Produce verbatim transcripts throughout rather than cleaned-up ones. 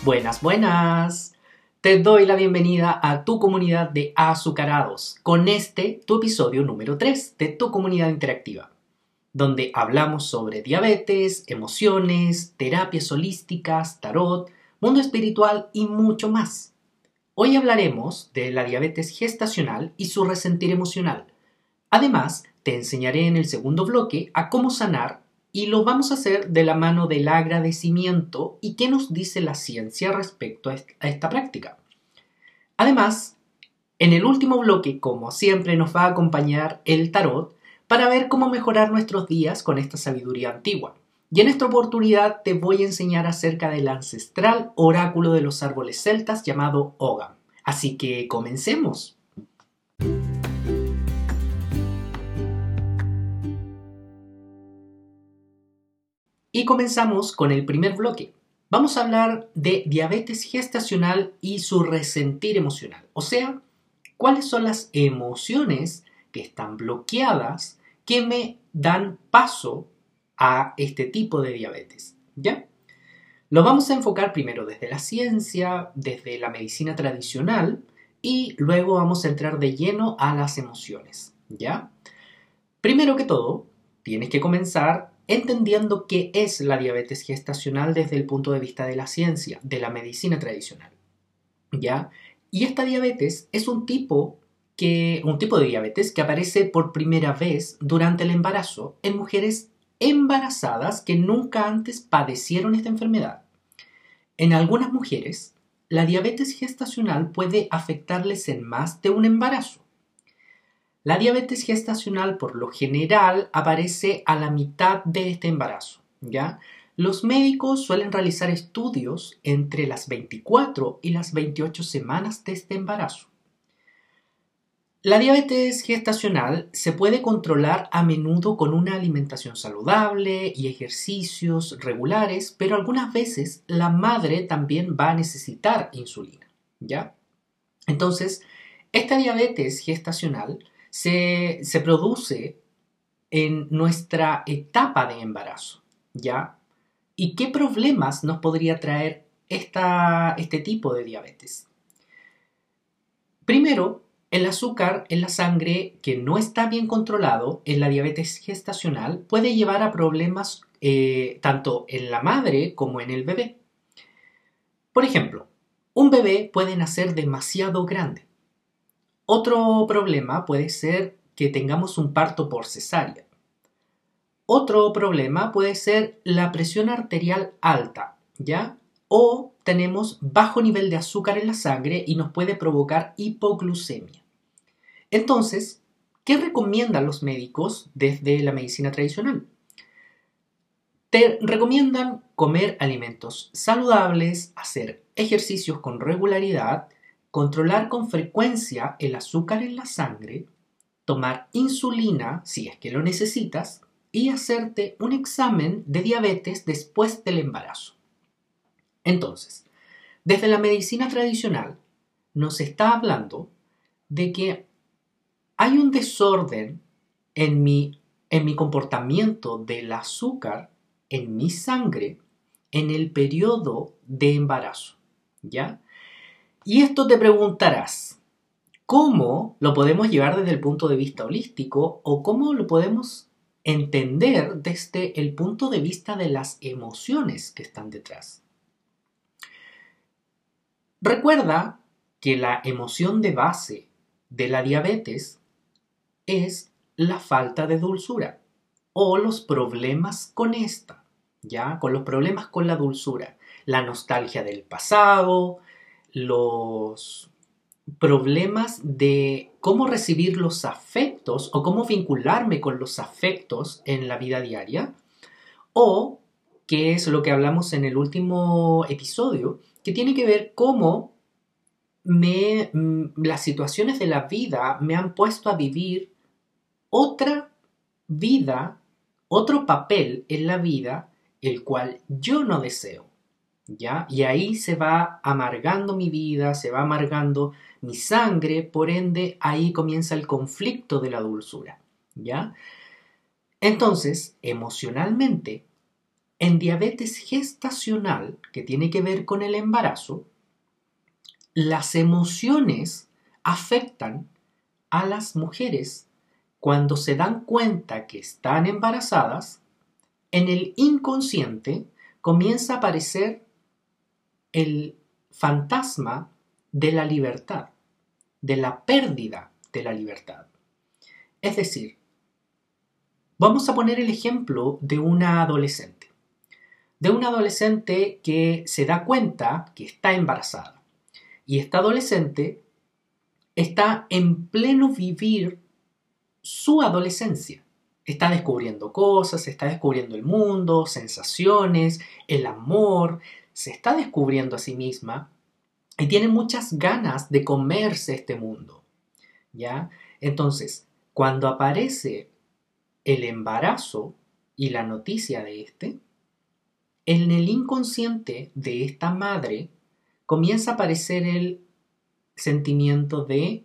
Buenas, buenas. Te doy la bienvenida a tu comunidad de azucarados con este, tu episodio número tres de tu comunidad interactiva, donde hablamos sobre diabetes, emociones, terapias holísticas, tarot, mundo espiritual y mucho más. Hoy hablaremos de la diabetes gestacional y su resentir emocional. Además, te enseñaré en el segundo bloque a cómo sanar y lo vamos a hacer de la mano del agradecimiento y qué nos dice la ciencia respecto a esta práctica. Además, en el último bloque, como siempre, nos va a acompañar el tarot para ver cómo mejorar nuestros días con esta sabiduría antigua. Y en esta oportunidad te voy a enseñar acerca del ancestral oráculo de los árboles celtas llamado Ogham. Así que comencemos. Y comenzamos con el primer bloque. Vamos a hablar de diabetes gestacional y su resentir emocional. O sea, cuáles son las emociones que están bloqueadas que me dan paso a este tipo de diabetes. ¿Ya? Lo vamos a enfocar primero desde la ciencia, desde la medicina tradicional y luego vamos a entrar de lleno a las emociones. ¿Ya? Primero que todo, tienes que comenzar entendiendo qué es la diabetes gestacional desde el punto de vista de la ciencia, de la medicina tradicional. ¿Ya? Y esta diabetes es un tipo, que, un tipo de diabetes que aparece por primera vez durante el embarazo en mujeres embarazadas que nunca antes padecieron esta enfermedad. En algunas mujeres, la diabetes gestacional puede afectarles en más de un embarazo. La diabetes gestacional por lo general aparece a la mitad de este embarazo, ¿ya? Los médicos suelen realizar estudios entre las veinticuatro y las veintiocho semanas de este embarazo. La diabetes gestacional se puede controlar a menudo con una alimentación saludable y ejercicios regulares, pero algunas veces la madre también va a necesitar insulina, ¿ya? Entonces, esta diabetes gestacional Se, se produce en nuestra etapa de embarazo, ¿ya? ¿Y qué problemas nos podría traer esta, este tipo de diabetes? Primero, el azúcar en la sangre que no está bien controlado en la diabetes gestacional puede llevar a problemas eh, tanto en la madre como en el bebé. Por ejemplo, un bebé puede nacer demasiado grande. Otro problema puede ser que tengamos un parto por cesárea. Otro problema puede ser la presión arterial alta, ¿ya? O tenemos bajo nivel de azúcar en la sangre y nos puede provocar hipoglucemia. Entonces, ¿qué recomiendan los médicos desde la medicina tradicional? Te recomiendan comer alimentos saludables, hacer ejercicios con regularidad, controlar con frecuencia el azúcar en la sangre, tomar insulina si es que lo necesitas y hacerte un examen de diabetes después del embarazo. Entonces, desde la medicina tradicional nos está hablando de que hay un desorden en mi, en mi comportamiento del azúcar en mi sangre en el periodo de embarazo, ¿ya? Y esto te preguntarás, ¿cómo lo podemos llevar desde el punto de vista holístico o cómo lo podemos entender desde el punto de vista de las emociones que están detrás? Recuerda que la emoción de base de la diabetes es la falta de dulzura o los problemas con esta, ¿ya? Con los problemas con la dulzura, la nostalgia del pasado, los problemas de cómo recibir los afectos o cómo vincularme con los afectos en la vida diaria, o que es lo que hablamos en el último episodio, que tiene que ver cómo me, las situaciones de la vida me han puesto a vivir otra vida, otro papel en la vida, el cual yo no deseo. ¿Ya? Y ahí se va amargando mi vida, se va amargando mi sangre, por ende ahí comienza el conflicto de la dulzura, ¿ya? Entonces, emocionalmente, En diabetes gestacional, que tiene que ver con el embarazo, las emociones afectan a las mujeres cuando se dan cuenta que están embarazadas. En el inconsciente comienza a aparecer el fantasma de la libertad, de la pérdida de la libertad. Es decir, vamos a poner el ejemplo de una adolescente, de una adolescente que se da cuenta que está embarazada. Y esta adolescente está en pleno vivir su adolescencia. Está descubriendo cosas, está descubriendo el mundo, sensaciones, el amor, se está descubriendo a sí misma y tiene muchas ganas de comerse este mundo, ¿ya? Entonces, cuando aparece el embarazo y la noticia de este, en el inconsciente de esta madre comienza a aparecer el sentimiento de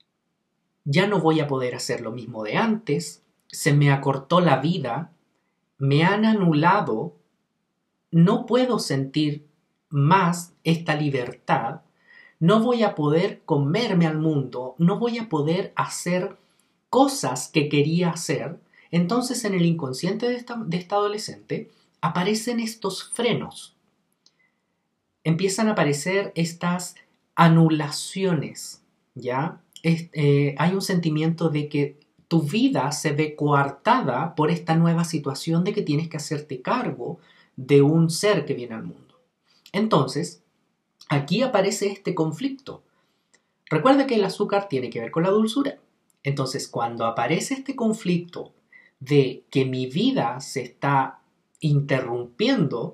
ya no voy a poder hacer lo mismo de antes, se me acortó la vida, me han anulado, no puedo sentir más esta libertad, no voy a poder comerme al mundo, no voy a poder hacer cosas que quería hacer. Entonces en el inconsciente de esta, de esta adolescente aparecen estos frenos, empiezan a aparecer estas anulaciones, ¿ya? Es, eh, hay un sentimiento de que tu vida se ve coartada por esta nueva situación de que tienes que hacerte cargo de un ser que viene al mundo. Entonces, aquí aparece este conflicto. Recuerda que el azúcar tiene que ver con la dulzura. Entonces, cuando aparece este conflicto de que mi vida se está interrumpiendo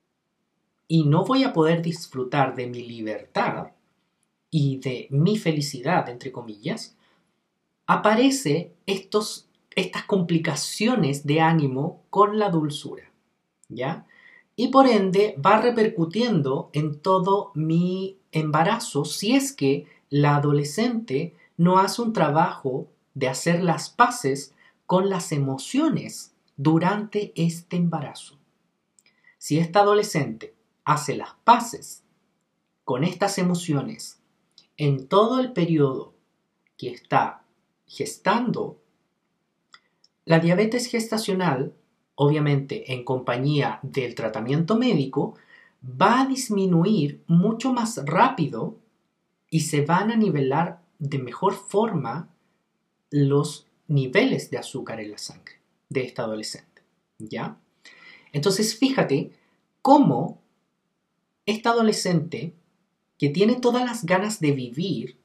y no voy a poder disfrutar de mi libertad y de mi felicidad, entre comillas, aparece estos, estas complicaciones de ánimo con la dulzura, ¿ya? Y por ende va repercutiendo en todo mi embarazo si es que la adolescente no hace un trabajo de hacer las paces con las emociones durante este embarazo. Si esta adolescente hace las paces con estas emociones en todo el periodo que está gestando, la diabetes gestacional, obviamente en compañía del tratamiento médico, va a disminuir mucho más rápido y se van a nivelar de mejor forma los niveles de azúcar en la sangre de esta adolescente, ¿ya? Entonces, fíjate cómo esta adolescente que tiene todas las ganas de vivir,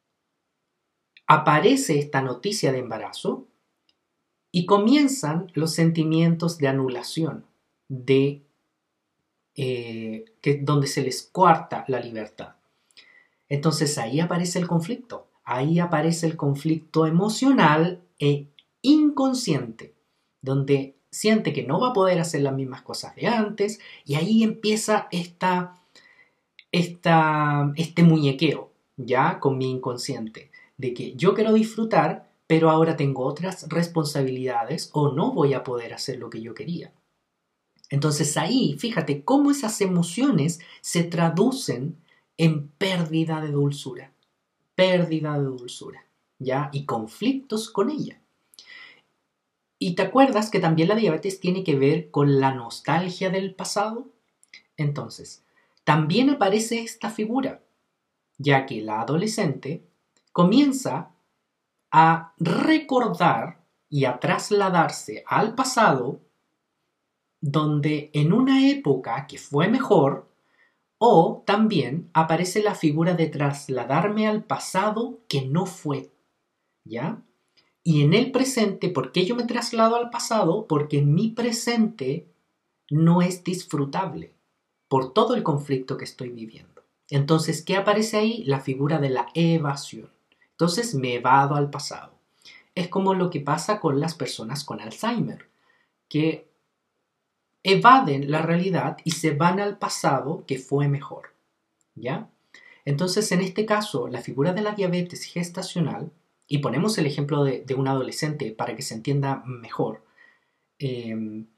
aparece esta noticia de embarazo y comienzan los sentimientos de anulación, de, eh, que, donde se les coarta la libertad. Entonces ahí aparece el conflicto, ahí aparece el conflicto emocional e inconsciente, donde siente que no va a poder hacer las mismas cosas de antes y ahí empieza esta, esta, este muñequeo, ya con mi inconsciente, de que yo quiero disfrutar, pero ahora tengo otras responsabilidades o no voy a poder hacer lo que yo quería. Entonces ahí, fíjate cómo esas emociones se traducen en pérdida de dulzura, pérdida de dulzura, ¿ya? Y conflictos con ella. ¿Y te acuerdas que también la diabetes tiene que ver con la nostalgia del pasado? Entonces, también aparece esta figura, ya que la adolescente comienza a recordar y a trasladarse al pasado, donde en una época que fue mejor, o también aparece la figura de trasladarme al pasado que no fue, ¿ya? Y en el presente, ¿por qué yo me traslado al pasado? Porque en mi presente no es disfrutable por todo el conflicto que estoy viviendo. Entonces, ¿qué aparece ahí? La figura de la evasión. Entonces, me evado al pasado. Es como lo que pasa con las personas con Alzheimer, que evaden la realidad y se van al pasado que fue mejor, ¿ya? Entonces, en este caso, la figura de la diabetes gestacional, y ponemos el ejemplo de, de un adolescente para que se entienda mejor, eh,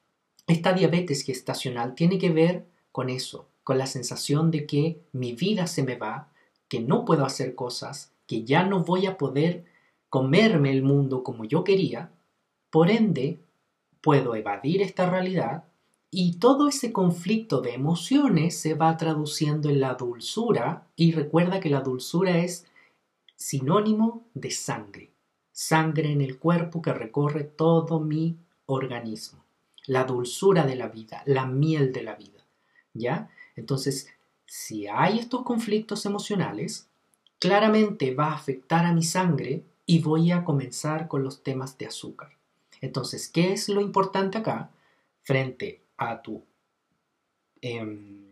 esta diabetes gestacional tiene que ver con eso, con la sensación de que mi vida se me va, que no puedo hacer cosas, que ya no voy a poder comerme el mundo como yo quería, por ende puedo evadir esta realidad y todo ese conflicto de emociones se va traduciendo en la dulzura, y recuerda que la dulzura es sinónimo de sangre, sangre en el cuerpo que recorre todo mi organismo, la dulzura de la vida, la miel de la vida, ¿ya? Entonces, si hay estos conflictos emocionales, claramente va a afectar a mi sangre y voy a comenzar con los temas de azúcar. Entonces, ¿qué es lo importante acá frente a tu, eh,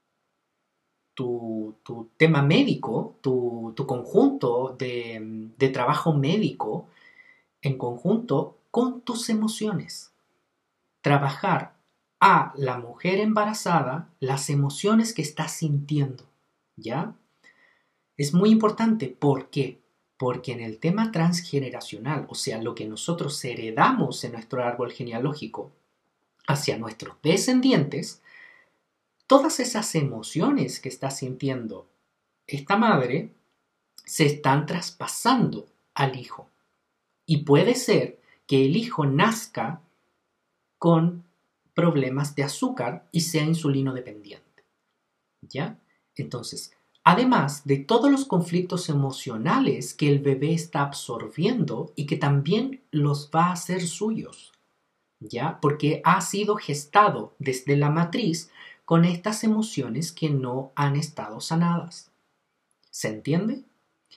tu, tu tema médico, tu, tu conjunto de, de trabajo médico en conjunto con tus emociones? Trabajar a la mujer embarazada las emociones que está sintiendo, ¿ya? Es muy importante. ¿Por qué? Porque en el tema transgeneracional, o sea, lo que nosotros heredamos en nuestro árbol genealógico hacia nuestros descendientes, todas esas emociones que está sintiendo esta madre se están traspasando al hijo. Y puede ser que el hijo nazca con problemas de azúcar y sea insulino dependiente, ¿ya? Entonces, además de todos los conflictos emocionales que el bebé está absorbiendo y que también los va a hacer suyos, ¿ya? Porque ha sido gestado desde la matriz con estas emociones que no han estado sanadas. ¿Se entiende?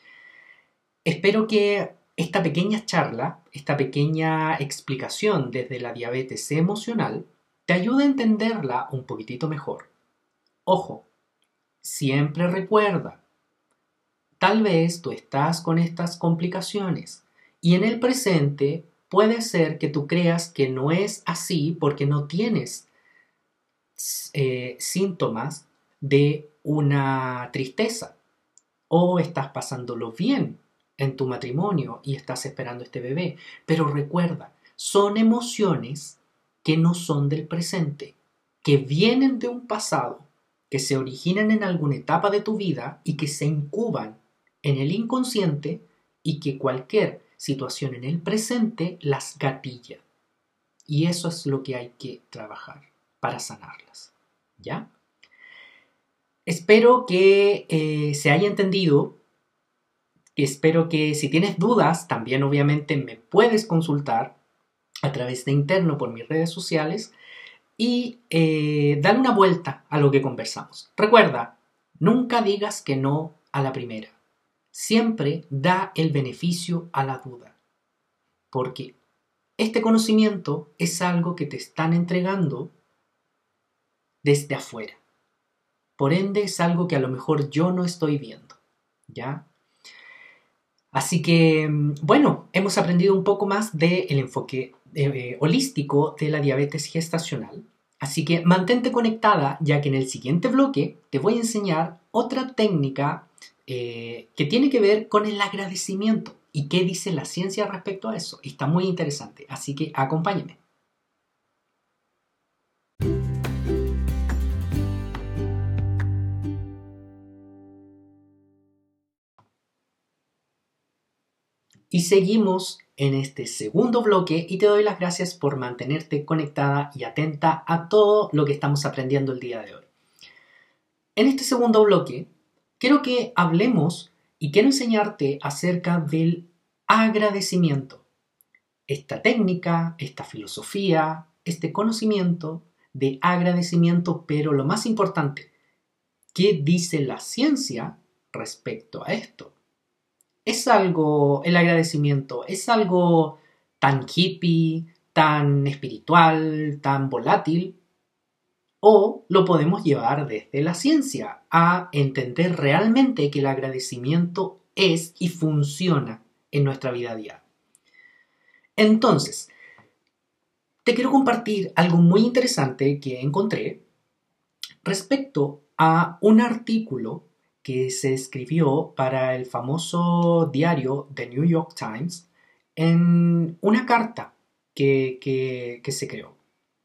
Espero que esta pequeña charla, esta pequeña explicación desde la diabetes emocional, te ayude a entenderla un poquitito mejor. Ojo, siempre recuerda, tal vez tú estás con estas complicaciones y en el presente puede ser que tú creas que no es así porque no tienes eh, síntomas de una tristeza o estás pasándolo bien en tu matrimonio y estás esperando este bebé. Pero recuerda, son emociones que no son del presente, que vienen de un pasado, que se originan en alguna etapa de tu vida y que se incuban en el inconsciente y que cualquier situación en el presente las gatilla. Y eso es lo que hay que trabajar para sanarlas, ¿ya? Espero que eh, se haya entendido. Espero que si tienes dudas, también obviamente me puedes consultar a través de interno por mis redes sociales y eh, dale una vuelta a lo que conversamos. Recuerda, nunca digas que no a la primera. Siempre da el beneficio a la duda. Porque este conocimiento es algo que te están entregando desde afuera. Por ende, es algo que a lo mejor yo no estoy viendo, ¿ya? Así que, bueno, hemos aprendido un poco más del enfoque eh, holístico de la diabetes gestacional. Así que mantente conectada, ya que en el siguiente bloque te voy a enseñar otra técnica eh, que tiene que ver con el agradecimiento y qué dice la ciencia respecto a eso. Está muy interesante, así que acompáñame. Y seguimos en este segundo bloque y te doy las gracias por mantenerte conectada y atenta a todo lo que estamos aprendiendo el día de hoy. En este segundo bloque quiero que hablemos y quiero enseñarte acerca del agradecimiento. Esta técnica, esta filosofía, este conocimiento de agradecimiento, pero lo más importante, ¿qué dice la ciencia respecto a esto? Es algo, el agradecimiento, es algo tan hippie, tan espiritual, tan volátil, o lo podemos llevar desde la ciencia a entender realmente que el agradecimiento es y funciona en nuestra vida diaria. Entonces, te quiero compartir algo muy interesante que encontré respecto a un artículo que se escribió para el famoso diario The New York Times en una carta que, que, que se creó.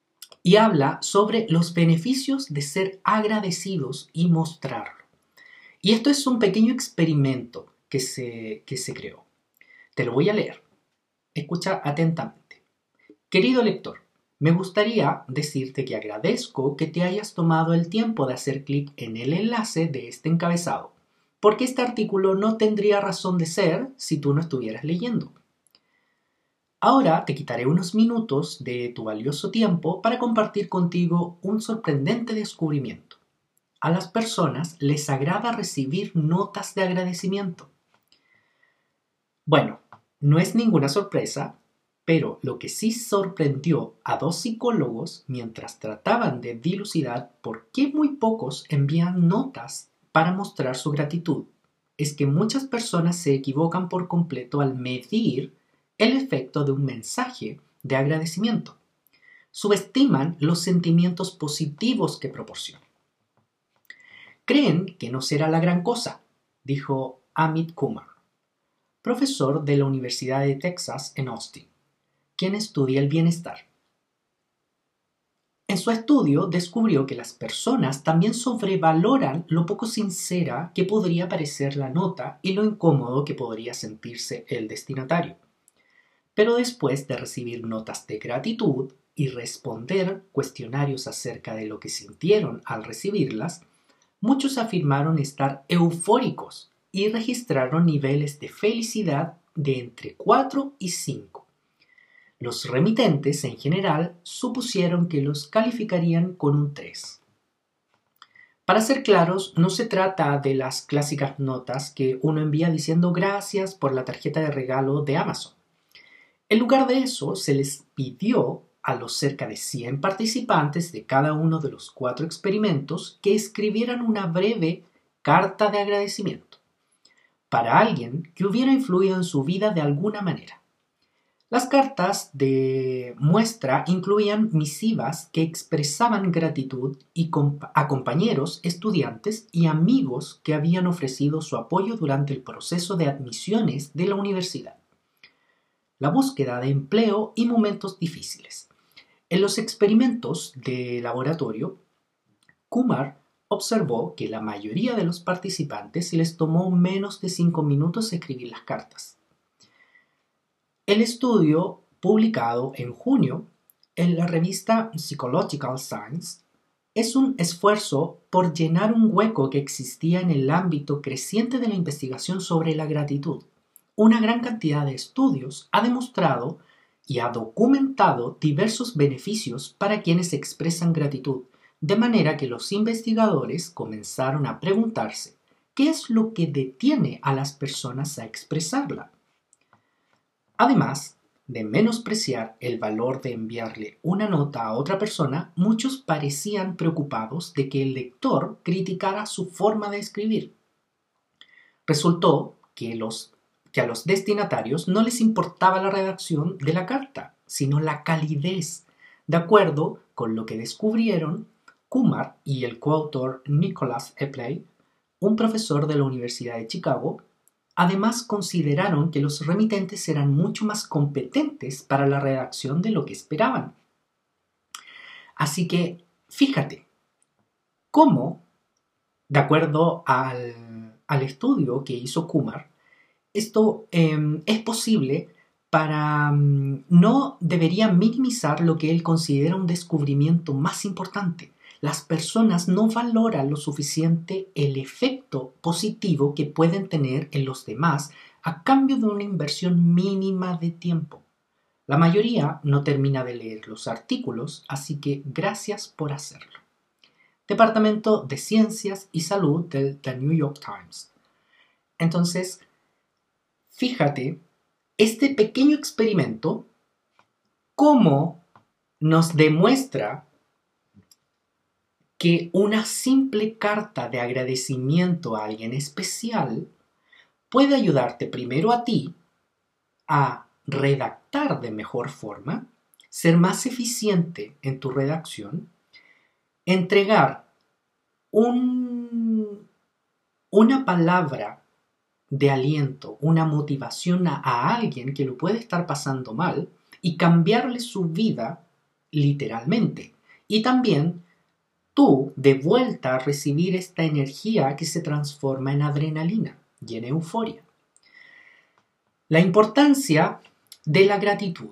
y habla sobre los beneficios de ser agradecidos y mostrarlo. Y esto es un pequeño experimento que se, que se creó. Te lo voy a leer. Escucha atentamente. Querido lector, me gustaría decirte que agradezco que te hayas tomado el tiempo de hacer clic en el enlace de este encabezado, porque este artículo no tendría razón de ser si tú no estuvieras leyendo. Ahora te quitaré unos minutos de tu valioso tiempo para compartir contigo un sorprendente descubrimiento. A las personas les agrada recibir notas de agradecimiento. Bueno, no es ninguna sorpresa, pero lo que sí sorprendió a dos psicólogos mientras trataban de dilucidar por qué muy pocos envían notas para mostrar su gratitud es que muchas personas se equivocan por completo al medir el efecto de un mensaje de agradecimiento. Subestiman los sentimientos positivos que proporciona. Creen que no será la gran cosa, dijo Amit Kumar, profesor de la Universidad de Texas en Austin, quien estudia el bienestar. En su estudio descubrió que las personas también sobrevaloran lo poco sincera que podría parecer la nota y lo incómodo que podría sentirse el destinatario. Pero después de recibir notas de gratitud y responder cuestionarios acerca de lo que sintieron al recibirlas, muchos afirmaron estar eufóricos y registraron niveles de felicidad de entre cuatro y cinco. Los remitentes, en general, supusieron que los calificarían con un tres. Para ser claros, no se trata de las clásicas notas que uno envía diciendo gracias por la tarjeta de regalo de Amazon. En lugar de eso, se les pidió a los cerca de cien participantes de cada uno de los cuatro experimentos que escribieran una breve carta de agradecimiento para alguien que hubiera influido en su vida de alguna manera. Las cartas de muestra incluían misivas que expresaban gratitud y a compañeros, estudiantes y amigos que habían ofrecido su apoyo durante el proceso de admisiones de la universidad, la búsqueda de empleo y momentos difíciles. En los experimentos de laboratorio, Kumar observó que la mayoría de los participantes les tomó menos de cinco minutos escribir las cartas. El estudio, publicado en junio en la revista Psychological Science, es un esfuerzo por llenar un hueco que existía en el ámbito creciente de la investigación sobre la gratitud. Una gran cantidad de estudios ha demostrado y ha documentado diversos beneficios para quienes expresan gratitud, de manera que los investigadores comenzaron a preguntarse ¿qué es lo que detiene a las personas a expresarla? Además de menospreciar el valor de enviarle una nota a otra persona, muchos parecían preocupados de que el lector criticara su forma de escribir. Resultó que, los, que a los destinatarios no les importaba la redacción de la carta, sino la calidez. De acuerdo con lo que descubrieron Kumar y el coautor Nicholas Epley, un profesor de la Universidad de Chicago, además consideraron que los remitentes eran mucho más competentes para la redacción de lo que esperaban. Así que, fíjate, cómo, de acuerdo al, al estudio que hizo Kumar, esto eh, es posible para... Um, no debería minimizar lo que él considera un descubrimiento más importante. Las personas no valoran lo suficiente el efecto positivo que pueden tener en los demás a cambio de una inversión mínima de tiempo. La mayoría no termina de leer los artículos, así que gracias por hacerlo. Departamento de Ciencias y Salud del The New York Times. Entonces, fíjate, este pequeño experimento, cómo nos demuestra que una simple carta de agradecimiento a alguien especial puede ayudarte primero a ti a redactar de mejor forma, ser más eficiente en tu redacción, entregar un, una palabra de aliento, una motivación a, a alguien que lo puede estar pasando mal y cambiarle su vida literalmente. y también tú de vuelta a recibir esta energía que se transforma en adrenalina y en euforia. La importancia de la gratitud.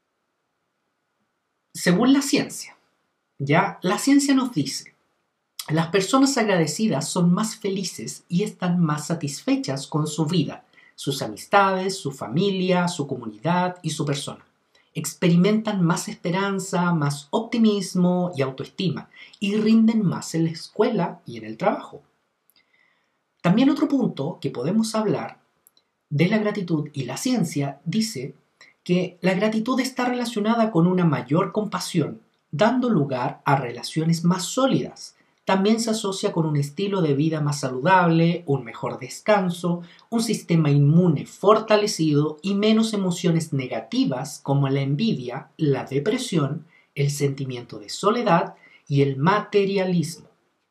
Según la ciencia, ¿ya? La ciencia nos dice, las personas agradecidas son más felices y están más satisfechas con su vida, sus amistades, su familia, su comunidad y su persona. Experimentan más esperanza, más optimismo y autoestima y rinden más en la escuela y en el trabajo. También otro punto que podemos hablar de la gratitud y la ciencia dice que la gratitud está relacionada con una mayor compasión, dando lugar a relaciones más sólidas. También se asocia con un estilo de vida más saludable, un mejor descanso, un sistema inmune fortalecido y menos emociones negativas como la envidia, la depresión, el sentimiento de soledad y el materialismo.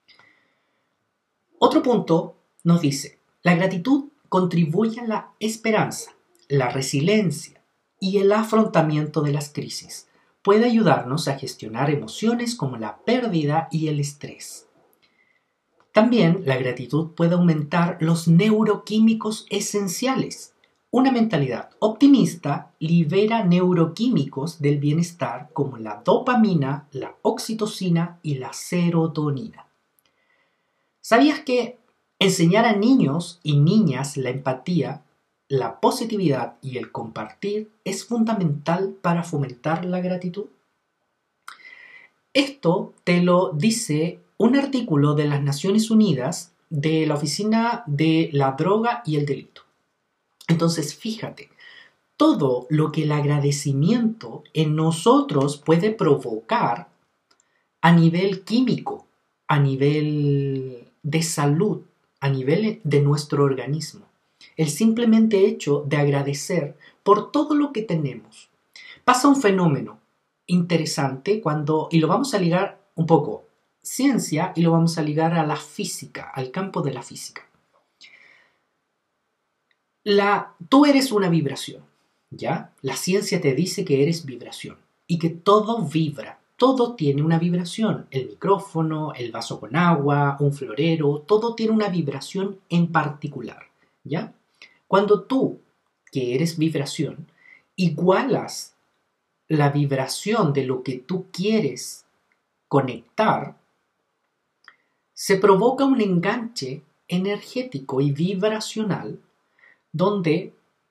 Otro punto nos dice, la gratitud contribuye a la esperanza, la resiliencia y el afrontamiento de las crisis. Puede ayudarnos a gestionar emociones como la pérdida y el estrés. También la gratitud puede aumentar los neuroquímicos esenciales. Una mentalidad optimista libera neuroquímicos del bienestar como la dopamina, la oxitocina y la serotonina. ¿Sabías que enseñar a niños y niñas la empatía, la positividad y el compartir es fundamental para fomentar la gratitud? Esto te lo dice un artículo de las Naciones Unidas de la Oficina de la Droga y el Delito. Entonces, fíjate, todo lo que el agradecimiento en nosotros puede provocar a nivel químico, a nivel de salud, a nivel de nuestro organismo. El simplemente hecho de agradecer por todo lo que tenemos. Pasa un fenómeno interesante cuando, y lo vamos a ligar un poco, ciencia, y lo vamos a ligar a la física, al campo de la física. La, tú eres una vibración, ¿ya? La ciencia te dice que eres vibración y que todo vibra, todo tiene una vibración. El micrófono, el vaso con agua, un florero, todo tiene una vibración en particular, ¿ya? Cuando tú, que eres vibración, igualas la vibración de lo que tú quieres conectar, se provoca un enganche energético y vibracional donde,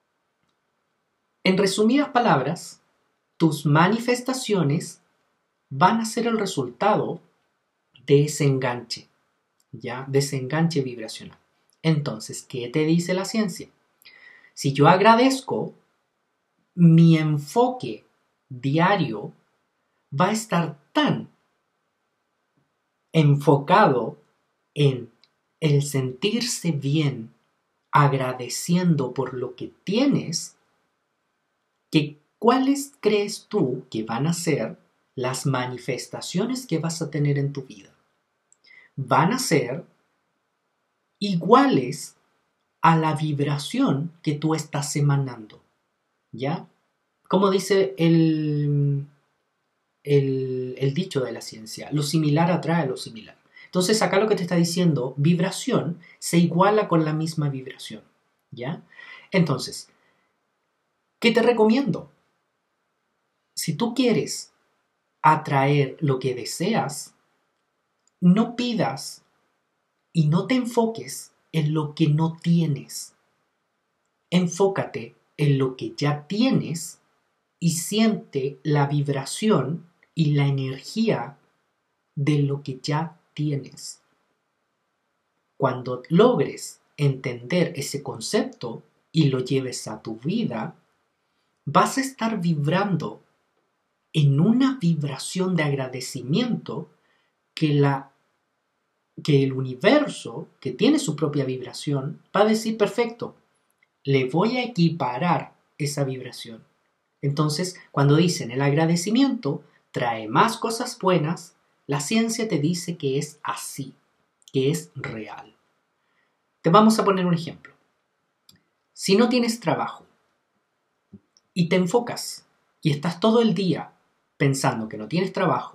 en resumidas palabras, tus manifestaciones van a ser el resultado de ese enganche, ¿ya? De ese enganche vibracional. Entonces, ¿qué te dice la ciencia? Si yo agradezco, mi enfoque diario va a estar tan enfocado en el sentirse bien, agradeciendo por lo que tienes, que cuáles crees tú que van a ser las manifestaciones que vas a tener en tu vida. Van a ser iguales a la vibración que tú estás emanando, ¿ya? Como dice el, el, el dicho de la ciencia, lo similar atrae a lo similar. Entonces acá lo que te está diciendo, vibración se iguala con la misma vibración, ¿ya? Entonces, ¿qué te recomiendo? Si tú quieres atraer lo que deseas, no pidas y no te enfoques en lo que no tienes. Enfócate en lo que ya tienes y siente la vibración y la energía de lo que ya tienes. Cuando logres entender ese concepto y lo lleves a tu vida, vas a estar vibrando en una vibración de agradecimiento que, la, que el universo, que tiene su propia vibración, va a decir, perfecto, le voy a equiparar esa vibración. Entonces, cuando dicen el agradecimiento trae más cosas buenas, la ciencia te dice que es así, que es real. Te vamos a poner un ejemplo. Si no tienes trabajo y te enfocas y estás todo el día pensando que no tienes trabajo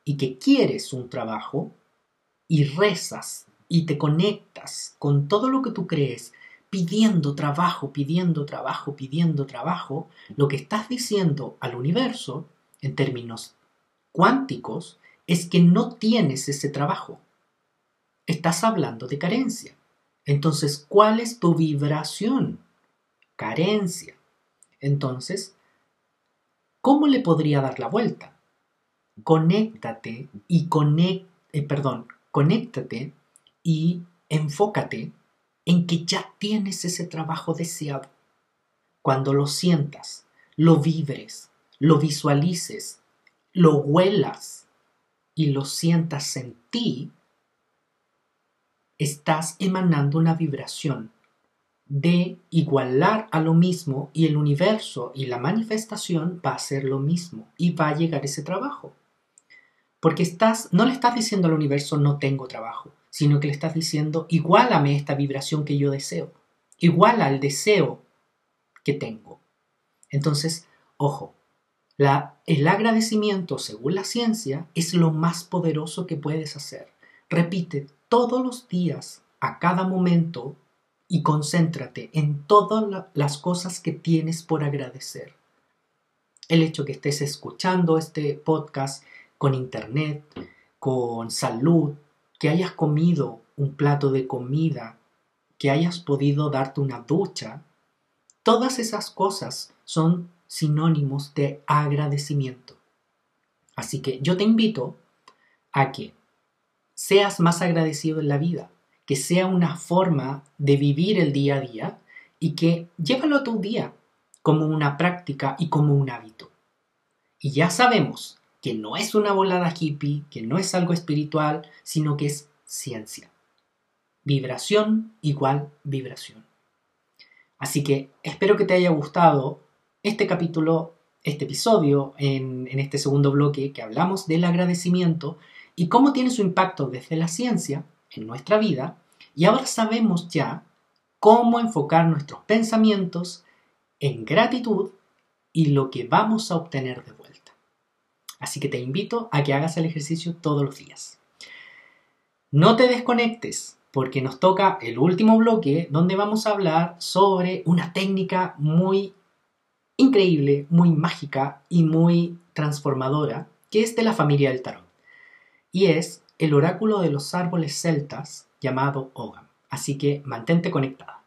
y que quieres un trabajo y rezas y te conectas con todo lo que tú crees, pidiendo trabajo, pidiendo trabajo, pidiendo trabajo, lo que estás diciendo al universo, en términos cuánticos, es que no tienes ese trabajo. Estás hablando de carencia. Entonces, ¿cuál es tu vibración? Carencia. Entonces, ¿cómo le podría dar la vuelta? Conéctate y conect, eh, perdón, conéctate y enfócate en que ya tienes ese trabajo deseado. Cuando lo sientas, lo vibres, lo visualices, lo huelas y lo sientas en ti, estás emanando una vibración de igualar a lo mismo y el universo y la manifestación va a ser lo mismo y va a llegar ese trabajo. Porque estás, no le estás diciendo al universo no tengo trabajo, sino que le estás diciendo iguálame esta vibración que yo deseo, iguala el deseo que tengo. Entonces, ojo, la, el agradecimiento, según la ciencia, es lo más poderoso que puedes hacer. Repite todos los días, a cada momento, y concéntrate en todas las cosas que tienes por agradecer. El hecho que estés escuchando este podcast con internet, con salud, que hayas comido un plato de comida, que hayas podido darte una ducha, todas esas cosas son sinónimos de agradecimiento. Así que yo te invito a que seas más agradecido en la vida, que sea una forma de vivir el día a día y que llévalo a tu día como una práctica y como un hábito. Y ya sabemos que no es una volada hippie, que no es algo espiritual, sino que es ciencia. Vibración igual vibración. Así que espero que te haya gustado este capítulo, este episodio, en, en este segundo bloque que hablamos del agradecimiento y cómo tiene su impacto desde la ciencia en nuestra vida. Y ahora sabemos ya cómo enfocar nuestros pensamientos en gratitud y lo que vamos a obtener de vuelta. Así que te invito a que hagas el ejercicio todos los días. No te desconectes, porque nos toca el último bloque donde vamos a hablar sobre una técnica muy increíble, muy mágica y muy transformadora, que es de la familia del tarot. Y es el oráculo de los árboles celtas llamado Ogham. Así que mantente conectada.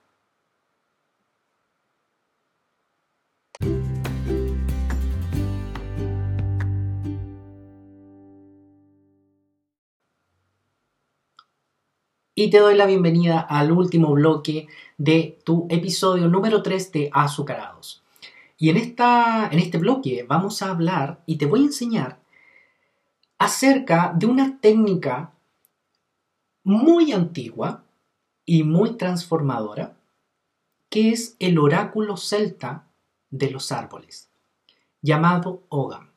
Y te doy la bienvenida al último bloque de tu episodio número tres de Azucarados. Y en, esta, en este bloque vamos a hablar y te voy a enseñar acerca de una técnica muy antigua y muy transformadora, que es el oráculo celta de los árboles, llamado Ogham.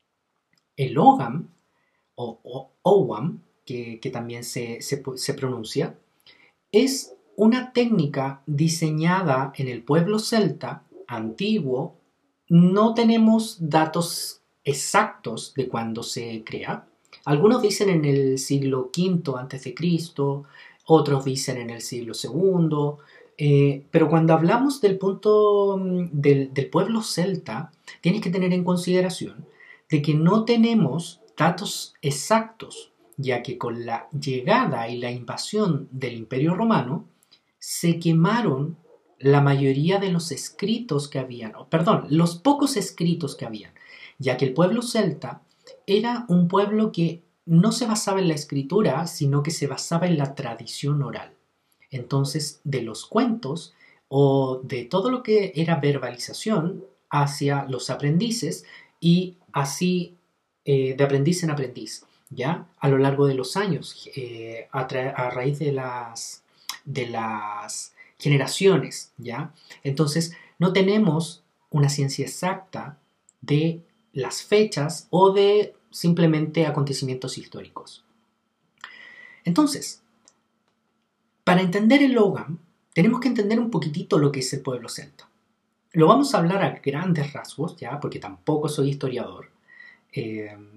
El Ogham, o, o Ogham, que, que también se, se, se pronuncia, es una técnica diseñada en el pueblo celta antiguo. No tenemos datos exactos de cuándo se crea. Algunos dicen en el siglo quinto antes de Cristo, otros dicen en el siglo segundo, eh, pero cuando hablamos del punto del, del pueblo celta, tienes que tener en consideración de que no tenemos datos exactos, ya que con la llegada y la invasión del Imperio Romano se quemaron la mayoría de los escritos que habían, o perdón, los pocos escritos que habían, ya que el pueblo celta era un pueblo que no se basaba en la escritura, sino que se basaba en la tradición oral. Entonces, de los cuentos o de todo lo que era verbalización hacia los aprendices y así eh, de aprendiz en aprendiz, ¿ya? A lo largo de los años, eh, a, a raíz de las, de las generaciones, ¿ya? Entonces, no tenemos una ciencia exacta de las fechas o de simplemente acontecimientos históricos. Entonces, para entender el Ogham, tenemos que entender un poquitito lo que es el pueblo celta. Lo vamos a hablar a grandes rasgos, ¿ya? Porque tampoco soy historiador. Eh,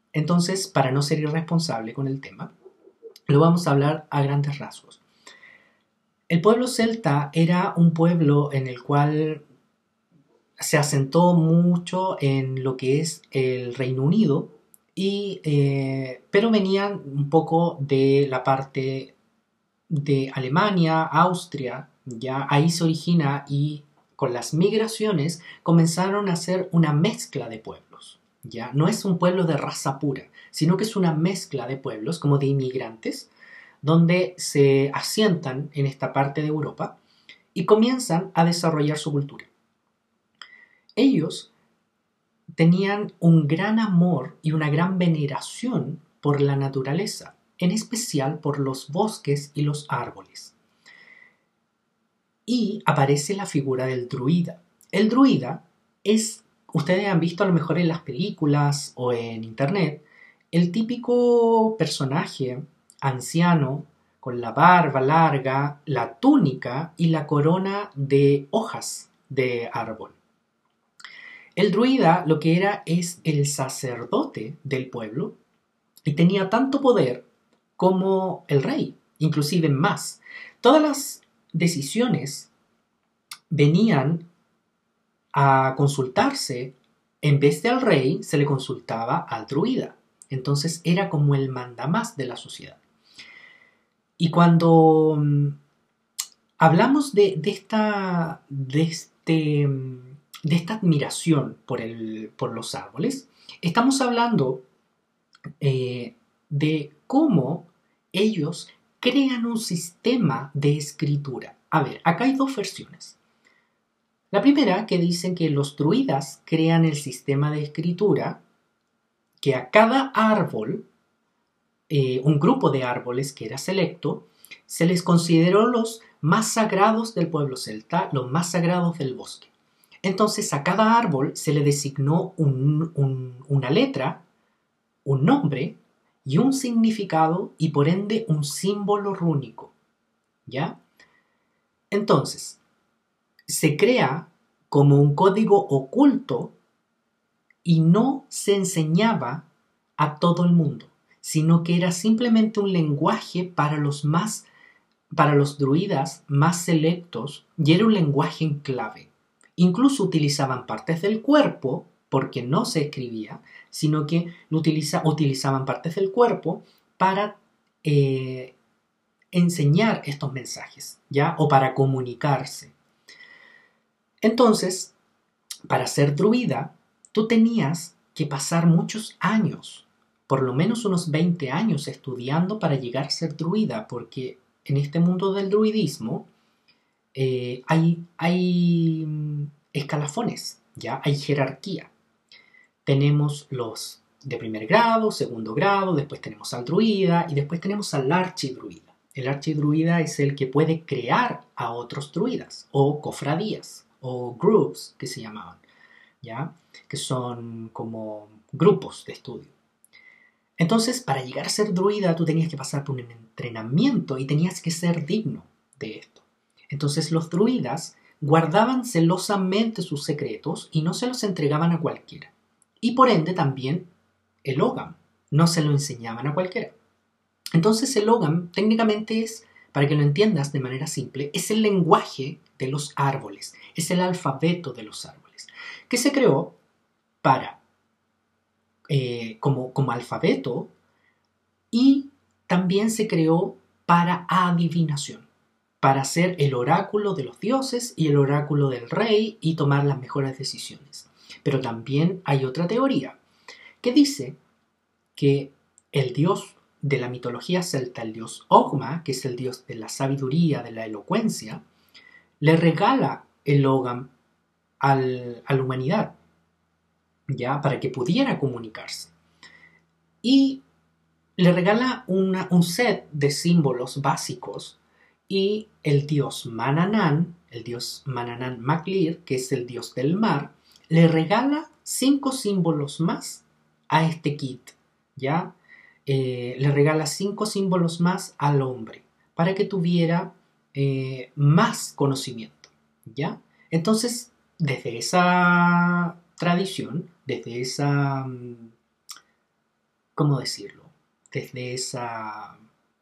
Entonces, para no ser irresponsable con el tema, lo vamos a hablar a grandes rasgos. El pueblo celta era un pueblo en el cual se asentó mucho en lo que es el Reino Unido, y, eh, pero venían un poco de la parte de Alemania, Austria, ya ahí se origina, y con las migraciones comenzaron a hacer una mezcla de pueblos, ya no es un pueblo de raza pura, sino que es una mezcla de pueblos como de inmigrantes, donde se asientan en esta parte de Europa y comienzan a desarrollar su cultura. Ellos tenían un gran amor y una gran veneración por la naturaleza, en especial por los bosques y los árboles. Y aparece la figura del druida. El druida es, ustedes han visto a lo mejor en las películas o en internet, el típico personaje anciano con la barba larga, la túnica y la corona de hojas de árbol. El druida lo que era es el sacerdote del pueblo y tenía tanto poder como el rey, inclusive más. Todas las decisiones venían a consultarse, en vez de al rey, se le consultaba al druida. Entonces era como el mandamás de la sociedad. Y cuando um, hablamos de, de, esta, de, este, de esta admiración por, el, por los árboles, estamos hablando eh, de cómo ellos crean un sistema de escritura. A ver, acá hay dos versiones. La primera, que dicen que los druidas crean el sistema de escritura, que a cada árbol, eh, un grupo de árboles que era selecto, se les consideró los más sagrados del pueblo celta, los más sagrados del bosque. Entonces a cada árbol se le designó un, un, una letra, un nombre y un significado, y por ende un símbolo rúnico, ¿ya? Entonces, se crea como un código oculto y no se enseñaba a todo el mundo, sino que era simplemente un lenguaje para los más, para los druidas más selectos, y era un lenguaje en clave. Incluso utilizaban partes del cuerpo, porque no se escribía, sino que utiliza, utilizaban partes del cuerpo para eh, enseñar estos mensajes, ¿ya? O para comunicarse. Entonces, para ser druida, tú tenías que pasar muchos años, por lo menos unos veinte años estudiando para llegar a ser druida, porque en este mundo del druidismo eh, hay, hay escalafones, ¿ya? Hay jerarquía. Tenemos los de primer grado, segundo grado, después tenemos al druida y después tenemos al archidruida. El archidruida es el que puede crear a otros druidas o cofradías o groups que se llamaban, ¿ya? Que son como grupos de estudio. Entonces, para llegar a ser druida tú tenías que pasar por un entrenamiento y tenías que ser digno de esto. Entonces los druidas guardaban celosamente sus secretos y no se los entregaban a cualquiera. Y por ende también el Ogham no se lo enseñaban a cualquiera. Entonces el Ogham técnicamente es, para que lo entiendas de manera simple, es el lenguaje de los árboles, es el alfabeto de los árboles, que se creó para, eh, como, como alfabeto, y también se creó para adivinación, para ser el oráculo de los dioses y el oráculo del rey y tomar las mejores decisiones. Pero también hay otra teoría que dice que el dios de la mitología celta, el dios Ogma, que es el dios de la sabiduría, de la elocuencia, le regala el Ogham al, a la humanidad, ¿ya? Para que pudiera comunicarse. Y le regala una, un set de símbolos básicos, y el dios Mananán, el dios Mananán Maclir, que es el dios del mar, le regala cinco símbolos más a este kit, ¿ya? Eh, le regala cinco símbolos más al hombre para que tuviera eh, más conocimiento, ¿ya? Entonces, desde esa tradición, desde esa, ¿cómo decirlo? Desde esa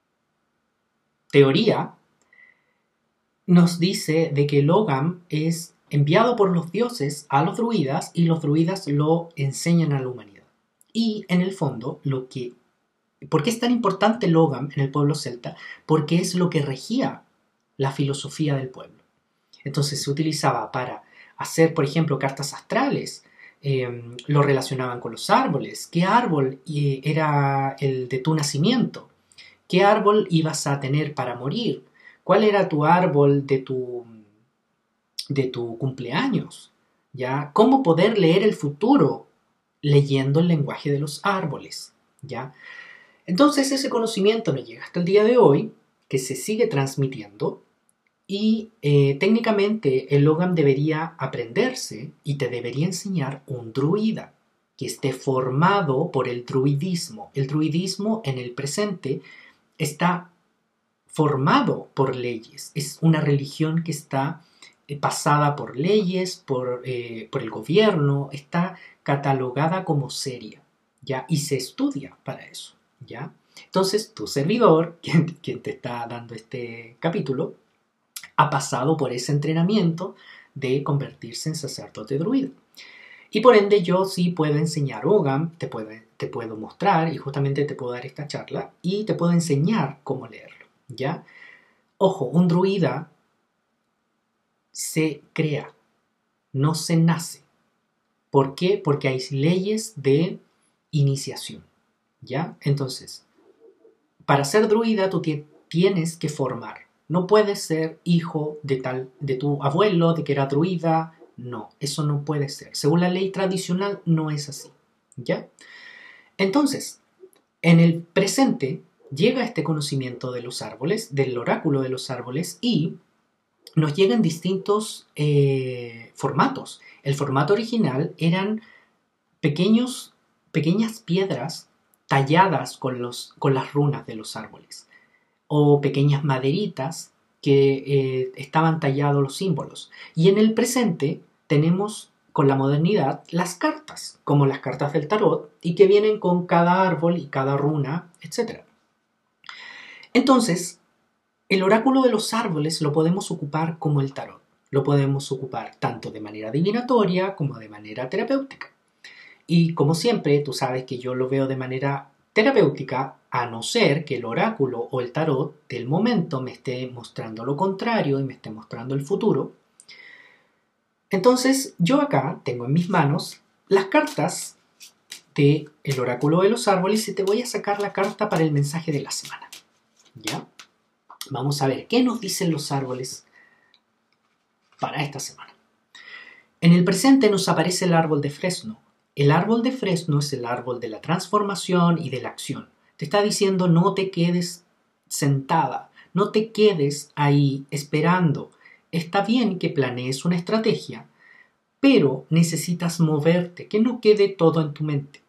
teoría nos dice de que Logan es enviado por los dioses a los druidas y los druidas lo enseñan a la humanidad. Y en el fondo, lo que ¿por qué es tan importante Logan en el pueblo celta? Porque es lo que regía la filosofía del pueblo. Entonces se utilizaba para hacer, por ejemplo, cartas astrales. Eh, lo relacionaban con los árboles. ¿Qué árbol eh, era el de tu nacimiento? ¿Qué árbol ibas a tener para morir? ¿Cuál era tu árbol de tu, de tu cumpleaños? ¿Ya? ¿Cómo poder leer el futuro leyendo el lenguaje de los árboles? ¿Ya? Entonces ese conocimiento nos llega hasta el día de hoy, que se sigue transmitiendo, y eh, técnicamente el Logan debería aprenderse y te debería enseñar un druida que esté formado por el druidismo. El druidismo en el presente está formado por leyes, es una religión que está eh, pasada por leyes, por, eh, por el gobierno, está catalogada como seria, ¿ya? Y se estudia para eso, ¿ya? Entonces, tu servidor, quien, quien te está dando este capítulo, ha pasado por ese entrenamiento de convertirse en sacerdote druida. Y por ende yo sí puedo enseñar Ogham, te puedo, te puedo mostrar y justamente te puedo dar esta charla y te puedo enseñar cómo leerlo, ¿ya? Ojo, un druida se crea, no se nace. ¿Por qué? Porque hay leyes de iniciación, ¿ya? Entonces, para ser druida tú tienes que formar. No puedes ser hijo de, tal, de tu abuelo, de que era druida. No, eso no puede ser. Según la ley tradicional, no es así, ¿ya? Entonces, en el presente llega este conocimiento de los árboles, del oráculo de los árboles, y nos llegan distintos eh, formatos. El formato original eran pequeños, pequeñas piedras talladas con, los, con las runas de los árboles, o pequeñas maderitas que eh, estaban tallados los símbolos. Y en el presente tenemos, con la modernidad, las cartas, como las cartas del tarot, y que vienen con cada árbol y cada runa, etcétera. Entonces, el oráculo de los árboles lo podemos ocupar como el tarot. Lo podemos ocupar tanto de manera adivinatoria como de manera terapéutica. Y como siempre, tú sabes que yo lo veo de manera terapéutica, a no ser que el oráculo o el tarot del momento me esté mostrando lo contrario y me esté mostrando el futuro. Entonces, yo acá tengo en mis manos las cartas del oráculo de los árboles y te voy a sacar la carta para el mensaje de la semana, ¿ya? Vamos a ver qué nos dicen los árboles para esta semana. En el presente nos aparece el árbol de fresno. El árbol de fresno es el árbol de la transformación y de la acción. Te está diciendo no te quedes sentada, no te quedes ahí esperando. Está bien que planees una estrategia, pero necesitas moverte, que no quede todo en tu mente.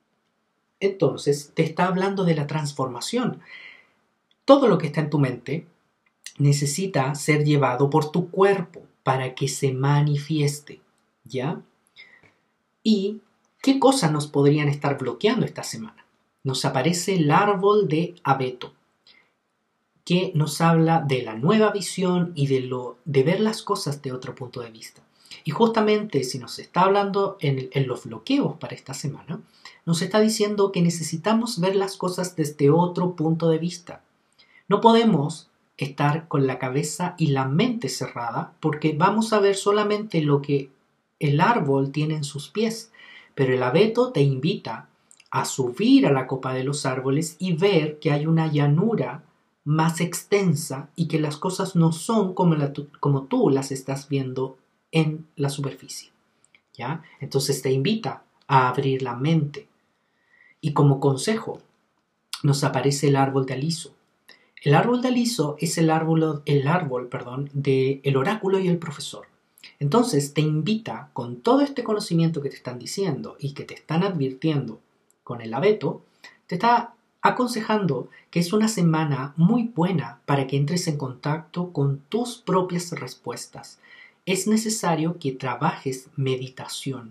Entonces te está hablando de la transformación. Todo lo que está en tu mente necesita ser llevado por tu cuerpo para que se manifieste, ¿ya? ¿Y qué cosas nos podrían estar bloqueando esta semana? Nos aparece el árbol de abeto, que nos habla de la nueva visión y de, lo, de ver las cosas de otro punto de vista. Y justamente si nos está hablando en, en los bloqueos para esta semana, nos está diciendo que necesitamos ver las cosas desde otro punto de vista. No podemos estar con la cabeza y la mente cerrada porque vamos a ver solamente lo que el árbol tiene en sus pies. Pero el abeto te invita a subir a la copa de los árboles y ver que hay una llanura más extensa y que las cosas no son como, la, como tú las estás viendo en la superficie, ¿ya? Entonces te invita a abrir la mente. Y como consejo, nos aparece el árbol de aliso. El árbol de aliso es el árbol, el árbol perdón, del oráculo y el profesor. Entonces te invita, con todo este conocimiento que te están diciendo y que te están advirtiendo con el abeto, te está aconsejando que es una semana muy buena para que entres en contacto con tus propias respuestas. Es necesario que trabajes meditación,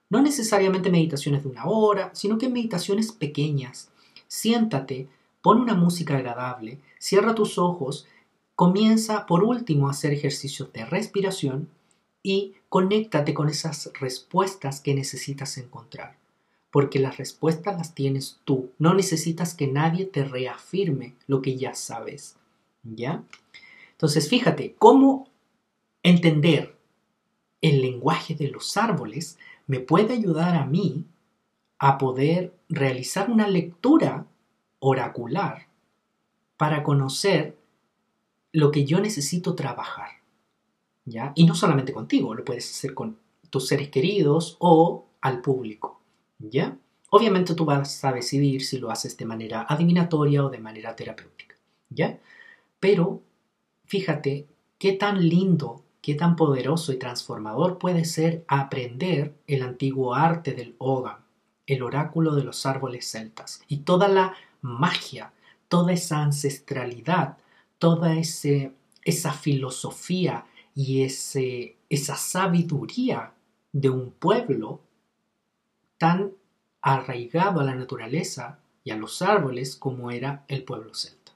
No necesariamente meditaciones de una hora, sino que meditaciones pequeñas. Siéntate, pon una música agradable, cierra tus ojos, comienza por último a hacer ejercicios de respiración y conéctate con esas respuestas que necesitas encontrar. Porque las respuestas las tienes tú. No necesitas que nadie te reafirme lo que ya sabes. ¿Ya? Entonces, fíjate, cómo entender el lenguaje de los árboles me puede ayudar a mí a poder realizar una lectura oracular para conocer lo que yo necesito trabajar, ¿ya? Y no solamente contigo, lo puedes hacer con tus seres queridos o al público, ¿ya? Obviamente tú vas a decidir si lo haces de manera adivinatoria o de manera terapéutica, ¿ya? Pero fíjate qué tan lindo, qué tan poderoso y transformador puede ser aprender el antiguo arte del Ogham, el oráculo de los árboles celtas, y toda la magia, toda esa ancestralidad, toda ese, esa filosofía y ese, esa sabiduría de un pueblo tan arraigado a la naturaleza y a los árboles como era el pueblo celta.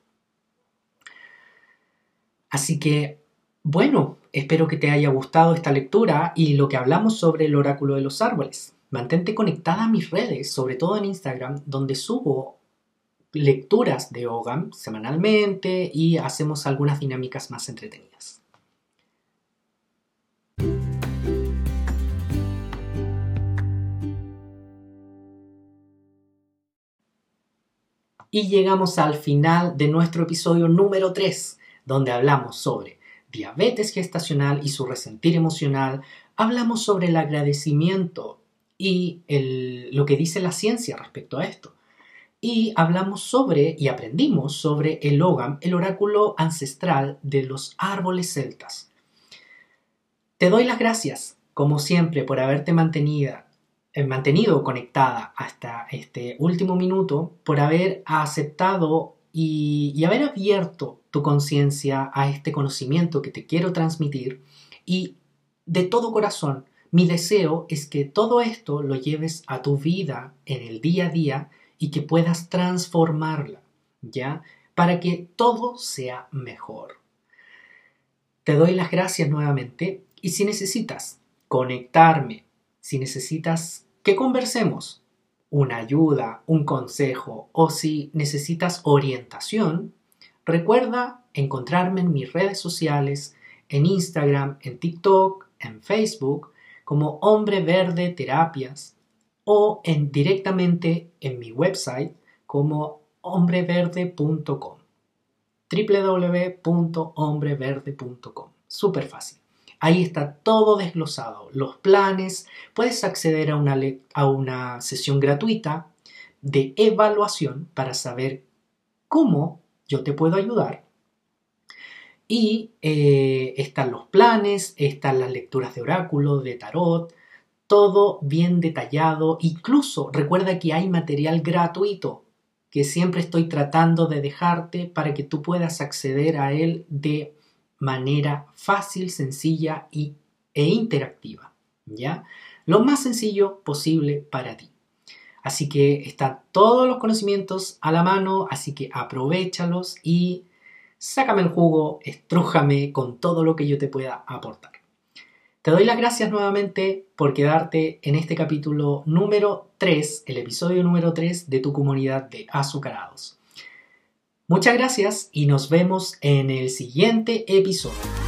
Así que, bueno, espero que te haya gustado esta lectura y lo que hablamos sobre el oráculo de los árboles. Mantente conectada a mis redes, sobre todo en Instagram, donde subo lecturas de Ogham semanalmente y hacemos algunas dinámicas más entretenidas. Y llegamos al final de nuestro episodio número tres, donde hablamos sobre diabetes gestacional y su resentir emocional, hablamos sobre el agradecimiento y el, lo que dice la ciencia respecto a esto. Y hablamos sobre, y aprendimos sobre el Ogham, el oráculo ancestral de los árboles celtas. Te doy las gracias, como siempre, por haberte mantenido, eh, mantenido conectada hasta este último minuto, por haber aceptado y, y haber abierto tu conciencia a este conocimiento que te quiero transmitir. Y de todo corazón, mi deseo es que todo esto lo lleves a tu vida en el día a día y que puedas transformarla, ¿ya? Para que todo sea mejor. Te doy las gracias nuevamente y si necesitas conectarme, si necesitas que conversemos, una ayuda, un consejo o si necesitas orientación, recuerda encontrarme en mis redes sociales, en Instagram, en TikTok, en Facebook, como Hombre Verde Terapias, o en, directamente en mi website como hombre verde punto com, doble u doble u doble u punto hombre verde punto com. Súper fácil. Ahí está todo desglosado, los planes, puedes acceder a una, a una sesión gratuita de evaluación para saber cómo yo te puedo ayudar. Y eh, están los planes, están las lecturas de oráculo, de tarot, todo bien detallado. Incluso recuerda que hay material gratuito que siempre estoy tratando de dejarte para que tú puedas acceder a él de manera fácil, sencilla y, e interactiva, ¿ya? Lo más sencillo posible para ti. Así que están todos los conocimientos a la mano, así que aprovéchalos y sácame el jugo, estrújame con todo lo que yo te pueda aportar. Te doy las gracias nuevamente por quedarte en este capítulo número tres, el episodio número tres de tu comunidad de azucarados. Muchas gracias y nos vemos en el siguiente episodio.